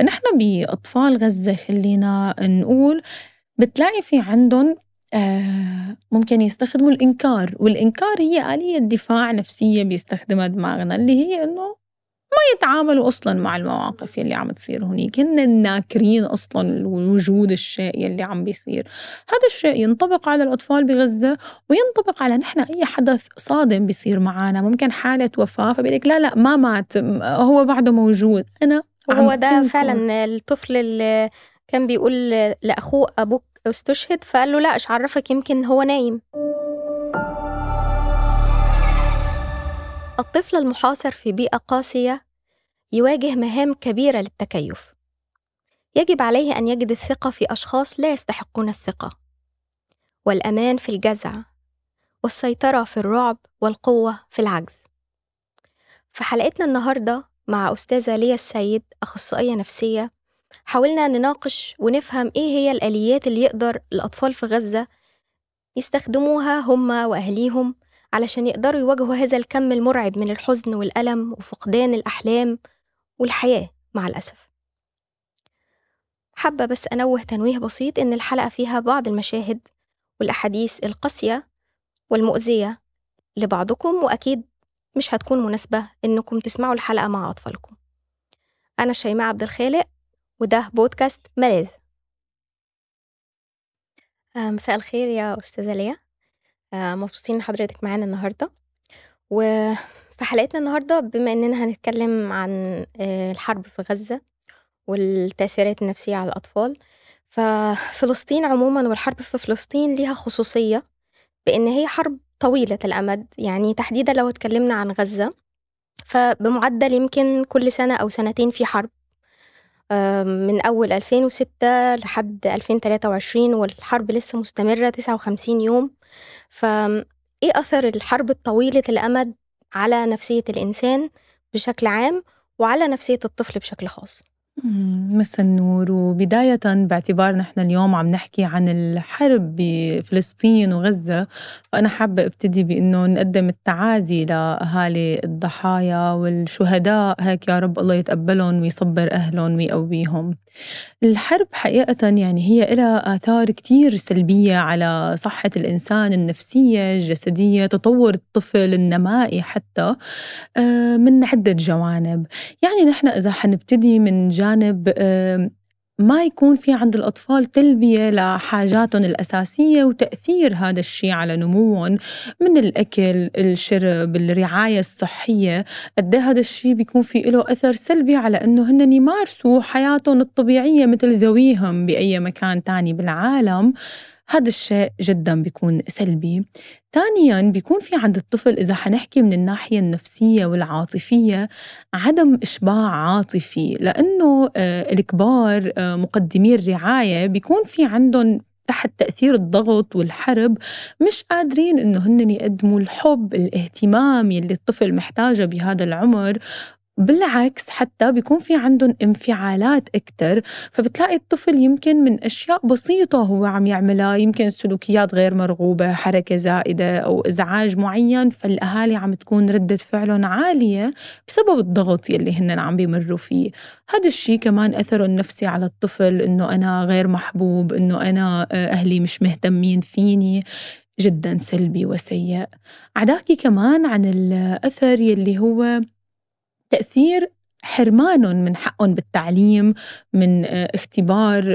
فنحن بأطفال غزة خلّينا نقول بتلاقي في عندُن ممكن يستخدموا الإنكار، والإنكار هي آلية دفاع نفسية بيستخدمها دماغنا، اللي هي إنه يتعاملوا أصلًا مع المواقف يلّي عم تصير هونيك، هنّن ناكرين أصلًا وجود الشيء يلّي عم بيصير. هذا الشيء ينطبق على الأطفال بغزة وينطبق على نحن أي حدث صادم بيصير معانا، ممكن حالة وفاة فبيقول لك لا، لأ ما مات، هو بعده موجود، أنا عم وهو ده أنكر. فعلا الطفل اللي كان بيقول لأخوه أبوك استشهد، فقال له لا، إيش عرفك، يمكن هو نايم. الطفل المحاصر في بيئة قاسية يواجه مهام كبيرة للتكيف. يجب عليه أن يجد الثقة في أشخاص لا يستحقون الثقة، والأمان في الجزع، والسيطرة في الرعب، والقوة في العجز. في حلقتنا النهاردة مع أستاذة ليا السيد، أخصائية نفسية، حاولنا نناقش ونفهم إيه هي الآليات اللي يقدر الأطفال في غزة يستخدموها هم وأهليهم علشان يقدروا يواجهوا هذا الكم المرعب من الحزن والألم وفقدان الأحلام والحياة مع الأسف. حابة بس أنوه تنويه بسيط إن الحلقة فيها بعض المشاهد والأحاديث القاسية والمؤذية لبعضكم، وأكيد مش هتكون مناسبة إنكم تسمعوا الحلقة مع أطفالكم. أنا شيماء عبد الخالق، وده بودكاست ملاذ. مساء الخير يا أستاذة ليا، مبسوطين إن حضرتك معانا النهاردة. وفي حلقتنا النهاردة بما إننا هنتكلم عن الحرب في غزة والتأثيرات النفسية على الأطفال، ففلسطين عموما والحرب في فلسطين ليها خصوصية بإن هي حرب طويلة الأمد. يعني تحديدا لو اتكلمنا عن غزة، فبمعدل يمكن كل سنة أو سنتين في حرب، من أول 2006 لحد 2023، والحرب لسه مستمرة 59 يوم. فإيه أثر الحرب الطويلة الأمد على نفسية الإنسان بشكل عام وعلى نفسية الطفل بشكل خاص؟ مسا النور. وبداية باعتبار نحن اليوم عم نحكي عن الحرب بفلسطين وغزة، فأنا حابة ابتدي بأنه نقدم التعازي لأهالي الضحايا والشهداء، هيك يا رب الله يتقبلهم ويصبر أهلهم ويقويهم. الحرب حقيقة يعني هي لها آثار كتير سلبية على صحة الإنسان، النفسية، الجسدية، تطور الطفل، النمائي حتى، من عدة جوانب. يعني نحن إذا حنبتدي من جانب ما يكون في عند الأطفال تلبية لحاجاتهم الأساسية وتأثير هذا الشيء على نموهم من الأكل، الشرب، الرعاية الصحية، قد هذا الشيء بيكون في له أثر سلبي على أنه هن يمارسوا حياتهم الطبيعية مثل ذويهم بأي مكان تاني بالعالم. هذا الشيء جدا بيكون سلبي. ثانياً بيكون في عند الطفل، إذا حنحكي من الناحية النفسية والعاطفية، عدم إشباع عاطفي، لأنه الكبار مقدمي الرعاية بيكون في عندهم تحت تأثير الضغط والحرب مش قادرين إنه هن يقدموا الحب، الاهتمام يلي الطفل محتاجه بهذا العمر. بالعكس حتى بيكون في عندهم انفعالات أكتر، فبتلاقي الطفل يمكن من أشياء بسيطة هو عم يعملها، يمكن سلوكيات غير مرغوبة، حركة زائدة أو إزعاج معين، فالأهالي عم تكون ردة فعلهم عالية بسبب الضغط يلي هن عم بيمروا فيه. هذا الشيء كمان أثره النفسي على الطفل، إنه أنا غير محبوب، إنه أنا أهلي مش مهتمين فيني، جدا سلبي وسيء. عداكي كمان عن الأثر يلي هو تأثير حرمانهم من حقهم بالتعليم، من اختبار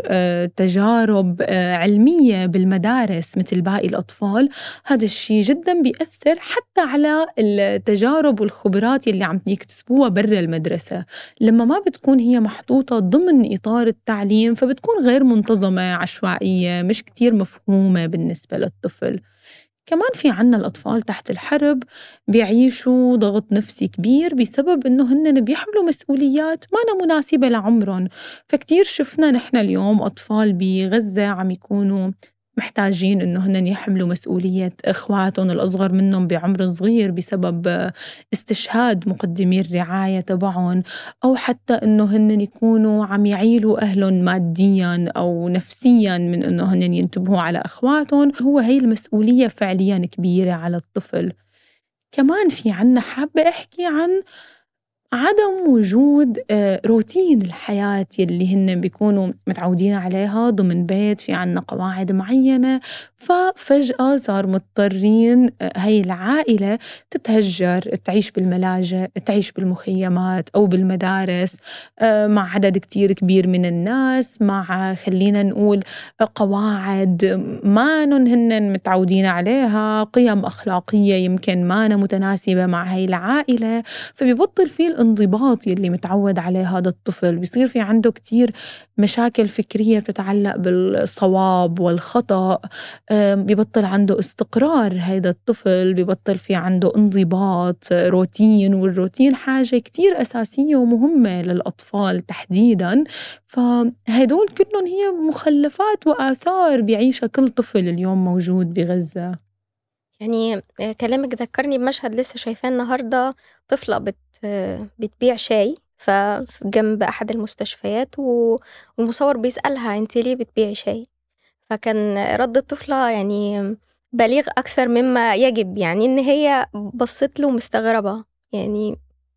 تجارب علمية بالمدارس مثل باقي الأطفال. هذا الشيء جدا بيأثر حتى على التجارب والخبرات اللي عم يكتسبوها برا المدرسة، لما ما بتكون هي محطوطة ضمن إطار التعليم فبتكون غير منتظمة، عشوائية، مش كتير مفهومة بالنسبة للطفل. كمان في عنا الأطفال تحت الحرب بيعيشوا ضغط نفسي كبير بسبب إنه هن بيحملوا مسؤوليات ما مناسبة لعمرهم. فكتير شفنا نحن اليوم أطفال بغزة عم يكونوا محتاجين إنه هن يحملوا مسؤولية إخواتهم الأصغر منهم بعمر صغير بسبب استشهاد مقدمي الرعاية تبعهم، أو حتى إنه هن يكونوا عم يعيلوا أهلهم مادياً أو نفسياً من إنه هن ينتبهوا على أخواتهم. هو هي المسؤولية فعلياً كبيرة على الطفل. كمان في عنا حابة أحكي عن عدم وجود روتين الحياة يلّي هن بيكونوا متعودين عليها ضمن بيت في عنا قواعد معيّنة، ففجأة صار مضطرين هاي العائلة تتهجّر، تعيش بالملاجئ، تعيش بالمخيّمات أو بالمدارس مع عدد كتير كبير من الناس، مع خلّينا نقول قواعد مانن هنّن متعودين عليها، قِيَم أخلاقية يمكن مانا متناسبة مع هاي العائلة. فبيبطّل في الانضباط يلّي متعوّد عليه هذا الطفل، بيصير في عنده كتير مشاكل فكرية بتتعلّق بالصواب والخطأ، بيبطّل عنده استقرار هيدا الطفل، بيبطّل في عنده انضباط، روتين، والروتين حاجة كتير أساسية ومهمة للأطفال تحديدًا، فهيدول كلّن هي مخلّفات وآثار بيعيشها كل طفل اليوم موجود بغزّة. يعني كلامِك ذكّرني بمشهد لسه شايفاه النهارده، طفلة بتبيع شاي جنب أحد المستشفيات والمصوّر بيسألها: "أنتِ ليه بتبيعي شاي؟" فكان رَد الطفلة يعني بليغ أكثر مما يجب، يعني إن هي بصّت له مستغربة، يعني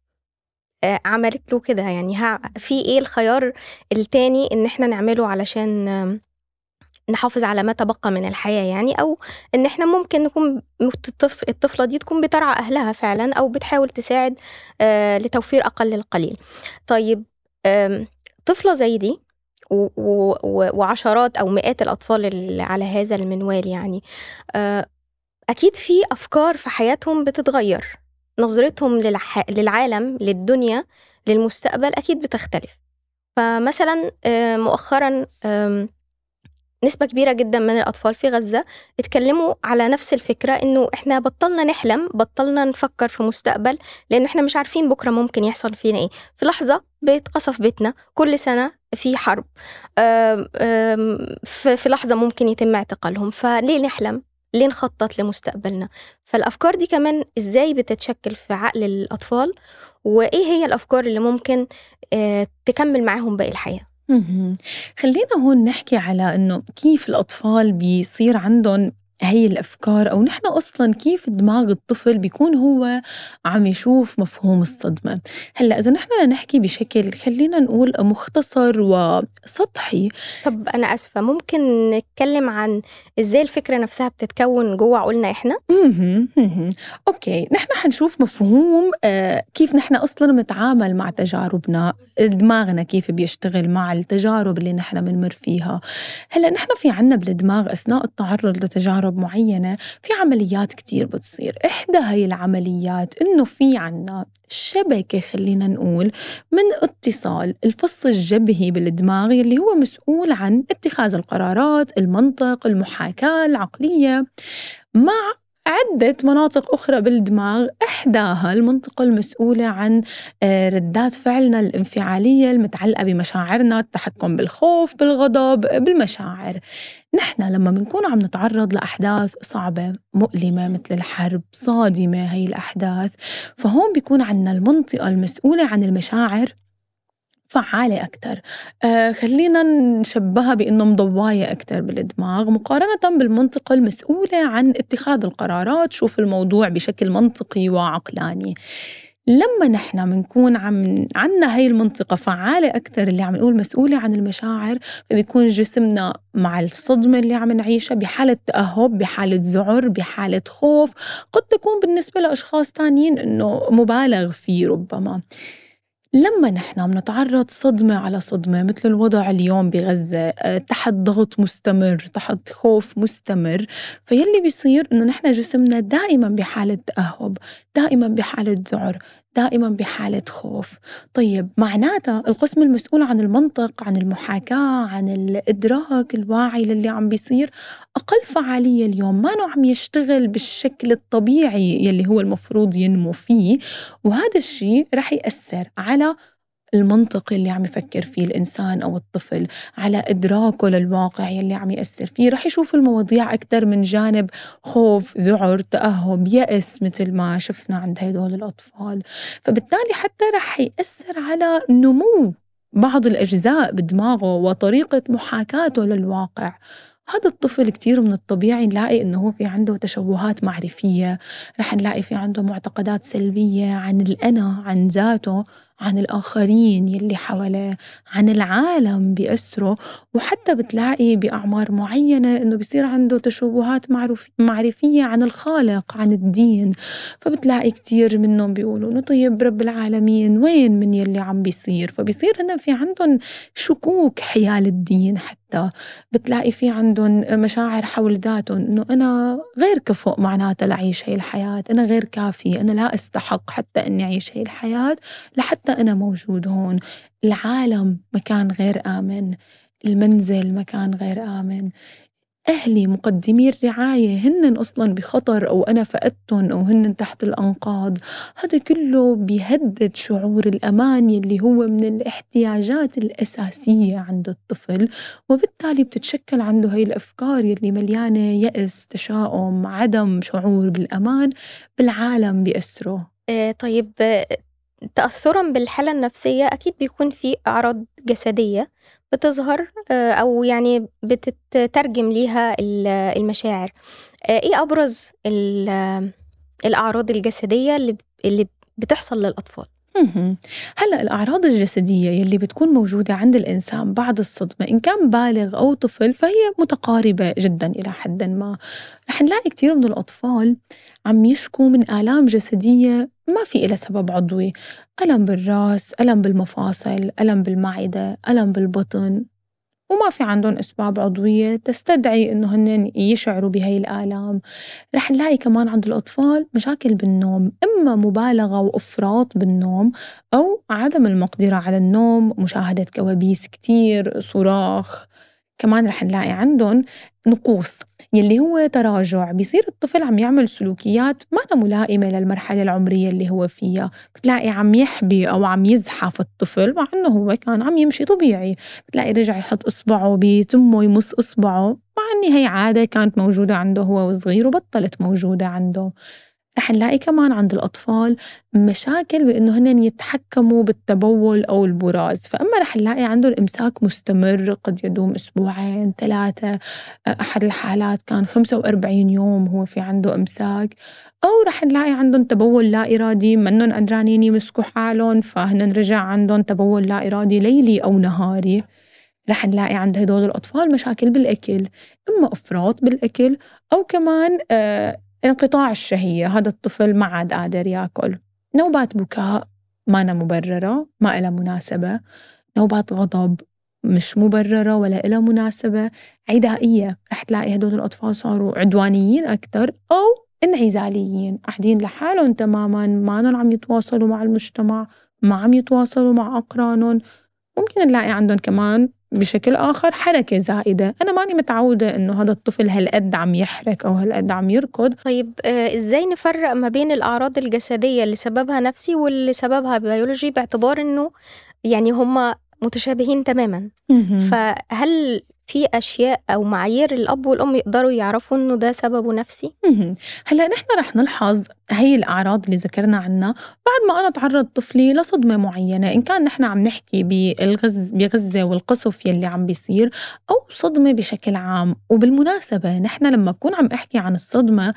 عملت له كده، يعني في إيه الخيار التاني إن إحنا نعمله علشان نحافظ على ما تبقى من الحياة يعني، أو إن إحنا ممكن نكون الطفلة دي تكون بترعى أهلها فعلًا أو بتحاول تساعد لتوفير أقل القليل. طيب، طفلة زي دي وعشرات أو مئات الأطفال اللي على هذا المنوال يعني، آآ أكيد في أفكار في حياتهم بتتغيّر، نظرتهم للعالم، للدنيا، للمستقبل أكيد بتختلف. فمثلًا مؤخرًا نسبة كبيرة جدًا من الأطفال في غزة اتكلموا على نفس الفكرة، إنه إحنا بطّلنا نحلم، بطّلنا نفكّر في مستقبل، لإن إحنا مش عارفين بُكرة ممكن يحصل فينا إيه. في لحظة بيتقصف بيتنا، كل سنة في حرب، في لحظة ممكن يتم اعتقالهم، فليه نحلم؟ ليه نخطط لمستقبلنا؟ فالأفكار دي كمان إزاي بتتشكِّل في عقل الأطفال، وإيه هي الأفكار اللي ممكن تكمّل معاهم باقي الحياة؟ اهم. خلّينا هون نحكي على إنه كيف الأطفال بيصير عندُن هاي الأفكار أو نحن أصلًا كيف دماغ الطفل بيكون هو عم يشوف مفهوم الصدمة. هلأ إذا نحن بدنا نحكي بشكل خلّينا نقول مختصر وسطحي. طب أنا آسفة، ممكن نتكلم عن إزاي الفكرة نفسها بتتكوّن جوّه عقولنا إحنا؟ اهم. أوكي، نحن حنشوف مفهوم كيف نحن أصلًا بنتعامل مع تجاربنا، دماغنا كيف بيشتغل مع التجارب اللي نحن بنمُر فيها. هلأ نحن في عنا بالدماغ أثناء التعرُّض لتجارب معيّنة في عمليات كتير بتصير، إحدى هاي العمليات إنه في عنا شبكة خلّينا نقول من اتصال الفص الجبهي بالدماغ يلّي هو مسؤول عن اتخاذ القرارات، المنطق، المحاكاة، العقلية. مع عدة مناطق أخرى بالدماغ إحداها المنطقة المسؤولة عن ردات فعلنا الانفعالية المتعلقة بمشاعرنا، التحكم بالخوف، بالغضب، بالمشاعر. نحن لما بنكون عم نتعرض لأحداث صعبة مؤلمة مثل الحرب صادمة هي الأحداث، فهون بيكون عنا المنطقة المسؤولة عن المشاعر فعّالة أكتر. خلّينا نشبّهها بإنه مضواية أكتر بالدماغ مقارنةً بالمنطقة المسؤولة عن اتخاذ القرارات، شوف الموضوع بشكل منطقي وعقلاني. لمّا نحن منكون عنا هاي المنطقة فعّالة أكتر اللي عم نقول مسؤولة عن المشاعر، فبيكون جسمنا مع الصدمة اللي عم نعيشها بحالة تأهُّب، بحالة ذعر، بحالة خوف، قد تكون بالنسبة لأشخاص تانيين إنه مُبالغ فيه ربما. لمّا نحن منتعرّض صدمة على صدمة مثل الوضع اليوم بغزة تحت ضغط مستمر، تحت خوف مستمر، فيلّي بيصير إنه نحن جسمنا دائمًا بحالة تأهُّب، دائمًا بحالة ذعر، دائمًا بحالة خوف. طيب معناتها القسم المسؤول عن المنطق، عن المحاكاة، عن الإدراك الواعي للي عم بيصير أقل فعالية اليوم، مانو عم يشتغل بالشكل الطبيعي يلّي هو المفروض ينمو فيه، وهذا الشي رح يأثّر على المنطق اللي عم يفكر فيه الإنسان أو الطفل، على إدراكه للواقع يلي عم يأثّر فيه، رح يشوف المواضيع أكتر من جانب خوف، ذعر، تأهُّب، يأس متل ما شفنا عند هيدول الأطفال. فبالتالي حتى رح يأثّر على نمو بعض الأجزاء بدماغه وطريقة محاكاته للواقع. هذا الطفل كتير من الطبيعي نلاقي إنه هو في عنده تشوهات معرفية، رح نلاقي في عنده معتقدات سلبية عن الأنا، عن ذاته، عن الآخرين يلي حواليه، عن العالم بأسره. وحتى بتلاقي بأعمار معينة إنه بيصير عنده تشوهات معرفية عن الخالق، عن الدين. فبتلاقي كتير منهم بيقولوا إنه طيب رب العالمين وين من يلي عم بيصير، فبيصير هنا في عندهم شكوك حيال الدين. حتى بتلاقي في عندهم مشاعر حول ذاتهم إنه أنا غير كفؤ معناتها لأعيش هاي الحياة، أنا غير كافي، أنا لا أستحق حتى أني أعيش هاي الحياة لحتى أنا موجود هون. العالم مكان غير آمن، المنزل مكان غير آمن، أهلي مقدمي الرعاية هن أصلاً بخطر أو أنا فقدتهم أو هن تحت الأنقاض. هذا كله بيهدد شعور الأمان يلي هو من الاحتياجات الأساسية عند الطفل، وبالتالي بتتشكل عنده هاي الأفكار يلي مليانة يأس، تشاؤم، عدم شعور بالأمان بالعالم بأسره. طيب تأثرا بالحالة النفسية أكيد بيكون في أعراض جسدية بتظهر أو يعني بتترجم ليها المشاعر. إيه أبرز الأعراض الجسدية اللي بتحصل للأطفال؟ هلأ الأعراض الجسدية يلي بتكون موجودة عند الإنسان بعد الصدمة إن كان بالغ أو طفل فهي متقاربة جدا إلى حد ما. رح نلاقي كتير من الأطفال عم يشكوا من آلام جسدية ما في إلها سبب عضوي، ألم بالرأس، ألم بالمفاصل، ألم بالمعدة، ألم بالبطن، وما في عندهم أسباب عضوية تستدعي إنه هن يشعروا بهاي الآلام. رح نلاقي كمان عند الأطفال مشاكل بالنوم، إما مبالغة وإفراط بالنوم أو عدم المقدرة على النوم، مشاهدة كوابيس كتير، صراخ. كمان رح نلاقي عندهم نقوص يلي هو تراجع، بيصير الطفل عم يعمل سلوكيات ما ملائمة للمرحلة العمرية اللي هو فيها. بتلاقي عم يحبي أو عم يزحف الطفل مع أنه هو كان عم يمشي طبيعي، بتلاقي رجع يحط إصبعه بتمه يمص إصبعه مع أن هي عادة كانت موجودة عنده هو وصغير وبطلت موجودة عنده. رح نلاقي كمان عند الأطفال مشاكل بإنه هن يتحكموا بالتبول أو البراز، فأما رح نلاقي عندهم إمساك مستمر قد يدوم أسبوعين 3، أحد الحالات كان 45 يوم هو في عنده إمساك. أو رح نلاقي عندهم تبول لا إرادي منن قدرانين يمسكوا حالهم فهن رجع عندهم تبول لا إرادي ليلي أو نهاري. رح نلاقي عند هدول الأطفال مشاكل بالأكل، إما إفراط بالأكل أو كمان انقطاع الشهية، هذا الطفل ما عاد قادر ياكل. نوبات بكاء ما مبررة ما إلها مناسبة، نوبات غضب مش مبررة ولا إلها مناسبة، عدائية رح تلاقي هدول الأطفال صاروا عدوانيين أكتر أو انعزاليين قاعدين لحالهم تماما، ما عم يتواصلوا مع المجتمع، ما عم يتواصلوا مع أقرانهم. ممكن نلاقي عندهم كمان بشكل آخر حركة زائدة، أنا ماني متعودة إنه هذا الطفل هالقد عم يحرك أو هالقد عم يركض. طيب إزاي نفرق ما بين الأعراض الجسدية اللي سببها نفسي واللي سببها بيولوجي، باعتبار إنه يعني هما متشابهين تماما؟ فهل في أشياء أو معايير الأب والأم يقدروا يعرفوا إنه ده سببه نفسي؟ هلا نحن رح نلحظ هي الأعراض اللي ذكرنا عنها بعد ما أنا تعرض طفلي لصدمة معينة، إن كان نحن عم نحكي بغزة والقصف يلي عم بيصير أو صدمة بشكل عام. وبالمناسبة نحن لما بكون عم أحكي عن الصدمة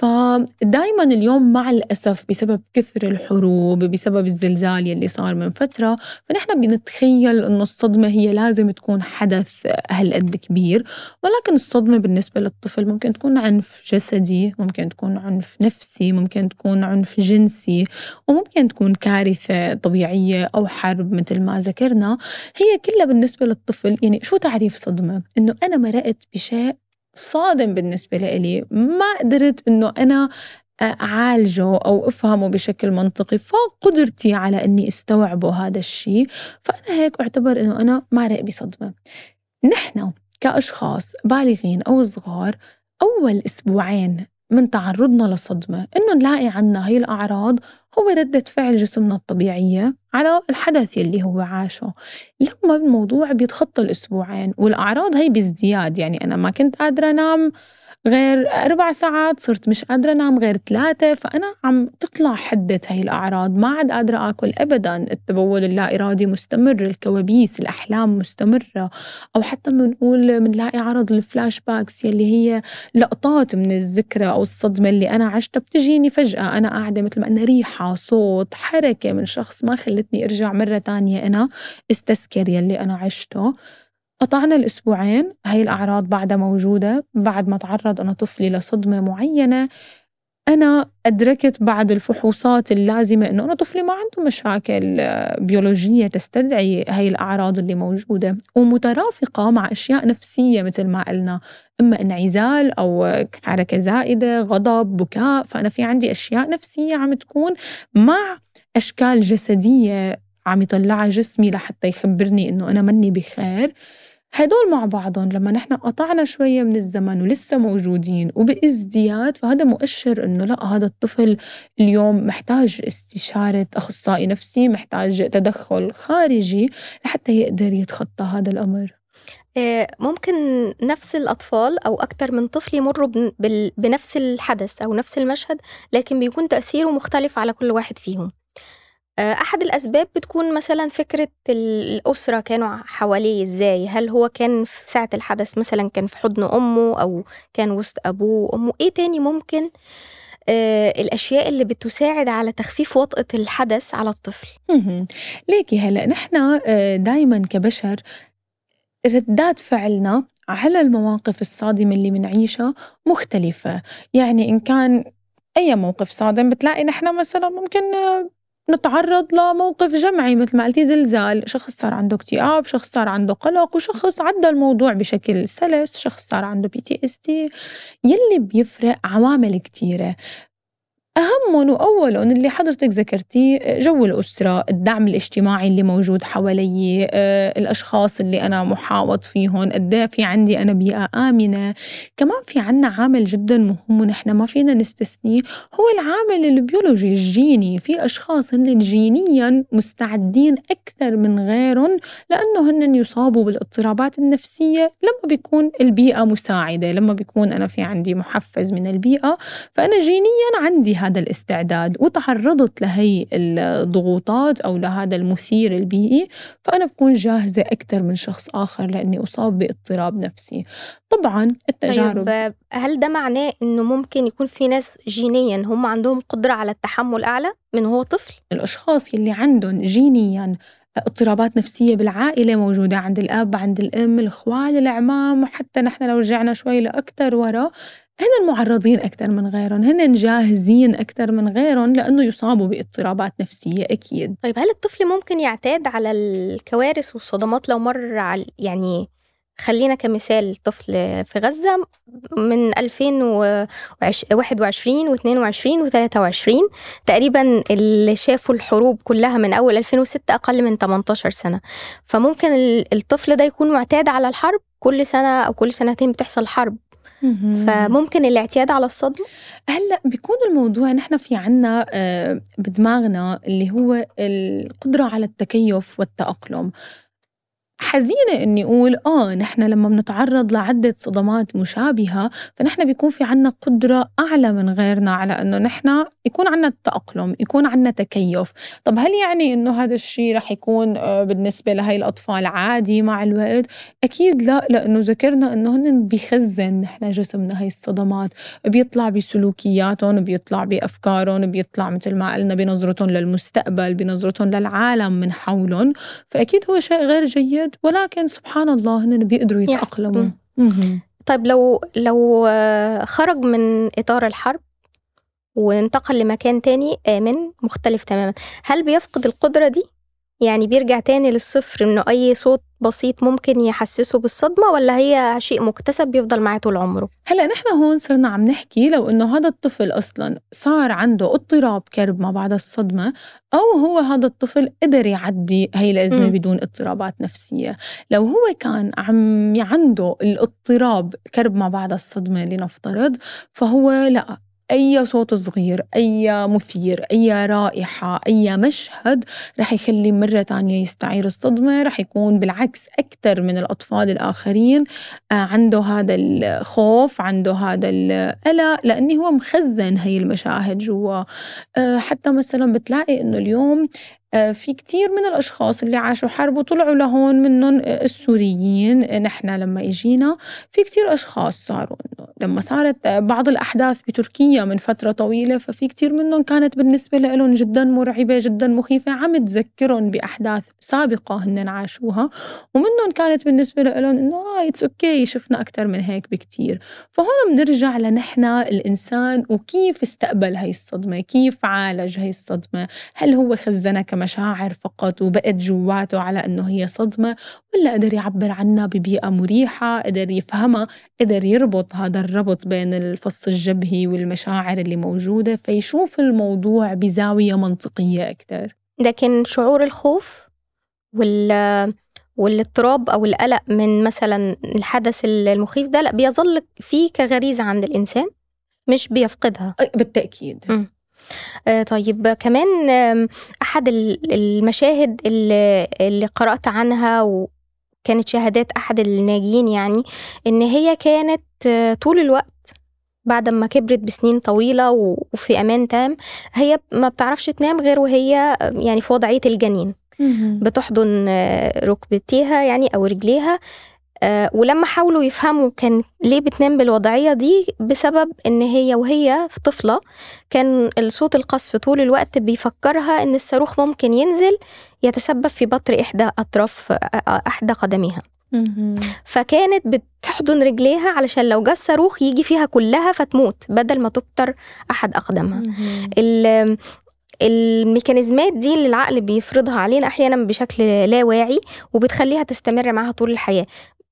فدايما اليوم مع الأسف بسبب كثر الحروب، بسبب الزلزال يلي صار من فترة، فنحن بنتخيل إنه الصدمة هي لازم تكون حدث هالقد كبير، ولكن الصدمة بالنسبة للطفل ممكن تكون عنف جسدي، ممكن تكون عنف نفسي، ممكن تكون عنف جنسي، وممكن تكون كارثة طبيعية أو حرب مثل ما ذكرنا. هي كلها بالنسبة للطفل يعني شو تعريف صدمة؟ إنه أنا مرقت بشيء صادم بالنسبة لإلي، ما قدرت إنه أنا أعالجه أو أفهمه بشكل منطقي، فقدرتي على أني استوعبه هذا الشيء، فأنا هيك أعتبر إنه أنا مرق بصدمة. نحن كأشخاص بالغين أو صغار أول أسبوعين من تعرضنا لصدمة إنه نلاقي عنا هاي الأعراض هو ردة فعل جسمنا الطبيعية على الحدث يلي هو عاشه. لما الموضوع بيتخطى الأسبوعين والأعراض هاي بازدياد، يعني أنا ما كنت قادرة أنام غير 4 ساعات صرت مش قادرة أنام، غير 3، فأنا عم تطلع حدة هاي الأعراض، ما عاد قادرة آكل أبداً، التبول اللا إرادي مستمر، الكوابيس، الأحلام مستمرة، أو حتى بنقول منلاقي عرض الفلاش باكس يلي هي لقطات من الذكرى أو الصدمة اللي أنا عشتها بتجيني فجأة، أنا قاعدة مثل ما أنا ريحة، صوت، حركة من شخص ما خلتني أرجع مرة تانية أنا استذكر يلي أنا عشته. قطعنا الأسبوعين، هاي الأعراض بعدها موجودة. بعد ما تعرض أنا طفلي لصدمة معينة، أنا أدركت بعد الفحوصات اللازمة إنه أنا طفلي ما عنده مشاكل بيولوجية تستدعي هاي الأعراض اللي موجودة، ومترافقة مع أشياء نفسية مثل ما قلنا، إما انعزال أو حركة زائدة، غضب، بكاء. فأنا في عندي أشياء نفسية عم تكون مع أشكال جسدية عم يطلعها جسمي لحتى يخبرني إنه أنا مني بخير. هدول مع بعضهم لما نحن قطعنا شوية من الزمن ولسه موجودين وبازدياد، فهذا مؤشر إنه لا، هذا الطفل اليوم محتاج استشارة أخصائي نفسي، محتاج تدخل خارجي لحتى يقدر يتخطى هذا الأمر. ممكن نفس الأطفال أو أكتر من طفل يمروا بنفس الحدث أو نفس المشهد، لكن بيكون تأثيره مختلف على كل واحد فيهم. أحد الأسباب بتكون مثلا فكرة الأسرة كانوا حواليه إزاي، هل هو كان في ساعة الحدث مثلا كان في حضن أمه أو كان وسط أبوه وأمه. إيه تاني ممكن الأشياء اللي بتساعد على تخفيف وطأة الحدث على الطفل؟ ليكي هلأ نحن دايما كبشر ردات فعلنا على المواقف الصادمة اللي منعيشها مختلفة. يعني إن كان أي موقف صادم بتلاقي نحن مثلا ممكن نتعرض لموقف جمعي مثل ما قلتي، زلزال، شخص صار عنده اكتئاب، شخص صار عنده قلق، وشخص عدى الموضوع بشكل سلس، شخص صار عنده PTSD. يلي بيفرق عوامل كتيرة، أهمهم وأولهم اللي حضرتك ذكرتيه جو الأسرة، الدعم الاجتماعي اللي موجود حوالي، الأشخاص اللي أنا محاوط فيهم، قد في عندي أنا بيئة آمنة. كمان في عنا عامل جدا مهم ونحن ما فينا نستثنيه، هو العامل البيولوجي الجيني. في أشخاص هن جينيا مستعدين أكثر من غيرهم لأنه هن يصابوا بالاضطرابات النفسية لما بيكون البيئة مساعدة، لما بيكون أنا في عندي محفز من البيئة، فأنا جينيا عندي هذا الاستعداد وتعرضت لهي الضغوطات أو لهذا المثير البيئي، فأنا بكون جاهزة أكثر من شخص آخر لأني أصاب باضطراب نفسي. طبعا التجارب. طيب هل ده معناه إنه ممكن يكون في ناس جينيا هم عندهم قدرة على التحمل أعلى من هو طفل؟ الأشخاص اللي عندهم جينيا اضطرابات نفسية بالعائلة موجودة عند الأب، عند الأم، الإخوان، الأعمام، وحتى نحن لو رجعنا شوي لأكتر ورا، هن المعرضين أكتر من غيرهم، هن جاهزين أكتر من غيرهم لأنه يصابوا باضطرابات نفسية أكيد. طيب هل الطفل ممكن يعتاد على الكوارث والصدمات لو مر على، يعني خلينا كمثال طفل في غزة من 2021 و22 و23 تقريبا، اللي شافوا الحروب كلها من أول 2006 أقل من 18 سنة، فممكن الطفل ده يكون معتاد على الحرب، كل سنة أو كل سنتين بتحصل حرب، فممكن الاعتياد على الصدمة. هلأ بيكون الموضوع نحن في عنا بدماغنا اللي هو القدرة على التكيف والتأقلم. حزينة إني أقول نحن لما بنتعرض لعدة صدمات مشابهة فنحن بيكون في عنا قدرة أعلى من غيرنا على إنه نحن يكون عنا التأقلم، يكون عنا تكيف. طب هل يعني إنه هذا الشيء رح يكون بالنسبة لهي الأطفال عادي مع الوقت؟ أكيد لا، لأنه ذكرنا إنه هن بيخزن نحن جسمنا هاي الصدمات، بيطلع بسلوكياتهم، بيطلع بأفكارهم، بيطلع مثل ما قلنا بنظرتهم للمستقبل، بنظرتهم للعالم من حولهم. فأكيد هو شيء غير جيد، ولكن سبحان الله هن بيقدروا يتأقلموا. طيب لو خرج من إطار الحرب وانتقل لمكان تاني آمن مختلف تماما، هل بيفقد القدرة دي؟ يعني بيرجع تاني للصفر إنه أي صوت بسيط ممكن يحسسه بالصدمة، ولا هي شيء مكتسب بيفضل معاه طول عمره؟ هلأ نحن هون صرنا عم نحكي لو إنه هذا الطفل أصلاً صار عنده اضطراب كرب ما بعد الصدمة، أو هو هذا الطفل قدر يعدي هاي الأزمة بدون اضطرابات نفسية. لو هو كان عنده الاضطراب كرب ما بعد الصدمة لنفترض، فهو لا، أي صوت صغير، أي مثير، أي رائحة، أي مشهد رح يخلي مرة تانية يستعير الصدمة، رح يكون بالعكس أكتر من الأطفال الآخرين عنده هذا الخوف، عنده هذا القلق، لأني هو مخزن هاي المشاهد جوا. حتى مثلا بتلاقي إنه اليوم في كتير من الأشخاص اللي عاشوا حرب وطلعوا لهون منهم السوريين، نحن لما إجينا في كتير أشخاص صاروا إنه لما صارت بعض الأحداث بتركيا من فترة طويلة، ففي كتير منهم كانت بالنسبة لهم جدا مرعبة جدا مخيفة، عم تذكرهم بأحداث سابقة هن عاشوها، ومنهم كانت بالنسبة لهم إنه it's okay شفنا أكتر من هيك بكتير. فهون بنرجع لنحن الإنسان وكيف استقبل هاي الصدمة، كيف عالج هاي الصدمة. هل هو خزنها كمشاعر فقط وبقت جواته على أنه هي صدمة، ولا قدر يعبر عنها ببيئة مريحة، قدر يفهمها، قدر يربط هذا الربط بين الفص الجبهي والمشاعر اللي موجودة فيشوف الموضوع بزاوية منطقية أكتر. لكن شعور الخوف والاضطراب أو القلق من مثلا الحدث المخيف ده لا بيظل فيه كغريزة عند الإنسان، مش بيفقدها. بالتأكيد. طيب كمان أحد المشاهد اللي قرأت عنها وكانت شهادات أحد الناجين، يعني إن هي كانت طول الوقت بعد ما كبرت بسنين طويلة وفي أمان تام هي ما بتعرفش تنام غير وهي يعني في وضعية الجنين، بتحضن ركبتيها يعني أو رجليها. ولما حاولوا يفهموا كان ليه بتنام بالوضعية دي، بسبب إن هي وهي في طفلة كان الصوت القصف طول الوقت بيفكرها إن الصاروخ ممكن ينزل يتسبب في بتر إحدى قدميها. فكانت بتحضن رجليها علشان لو جه الصاروخ يجي فيها كلها فتموت بدل ما تبتر أحد أقدامها. الميكانيزمات دي اللي العقل بيفرضها علينا أحيانا بشكل لا واعي وبتخليها تستمر معها طول الحياة.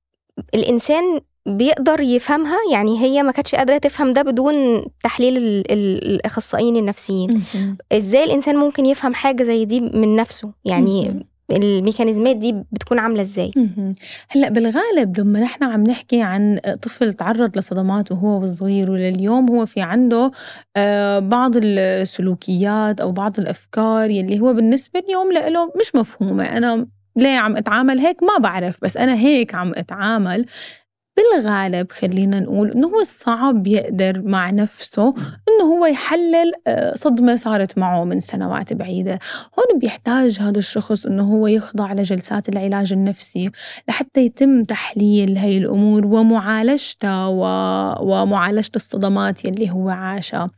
الإنسان بيقدر يفهمها، يعني هي ما كانتش قادرة تفهم ده بدون تحليل الأخصائيين النفسيين. إزاي الإنسان ممكن يفهم حاجة زي دي من نفسه؟ يعني الميكانيزمات دي بتكون عاملة إزاي؟ هلأ بالغالب لما نحن عم نحكي عن طفل تعرض لصدمات وهو صغير ولليوم هو في عنده بعض السلوكيات أو بعض الأفكار يلي هو بالنسبة اليوم له مش مفهومة، أنا ليه عم أتعامل هيك ما بعرف، بس أنا هيك عم أتعامل. بالغالب خلينا نقول إنه هو صعب يقدر مع نفسه إنه هو يحلل صدمة صارت معه من سنوات بعيدة. هون بيحتاج هذا الشخص إنه هو يخضع لجلسات العلاج النفسي لحتى يتم تحليل هاي الأمور ومعالجتها ومعالجة الصدمات يلي هو عاشها.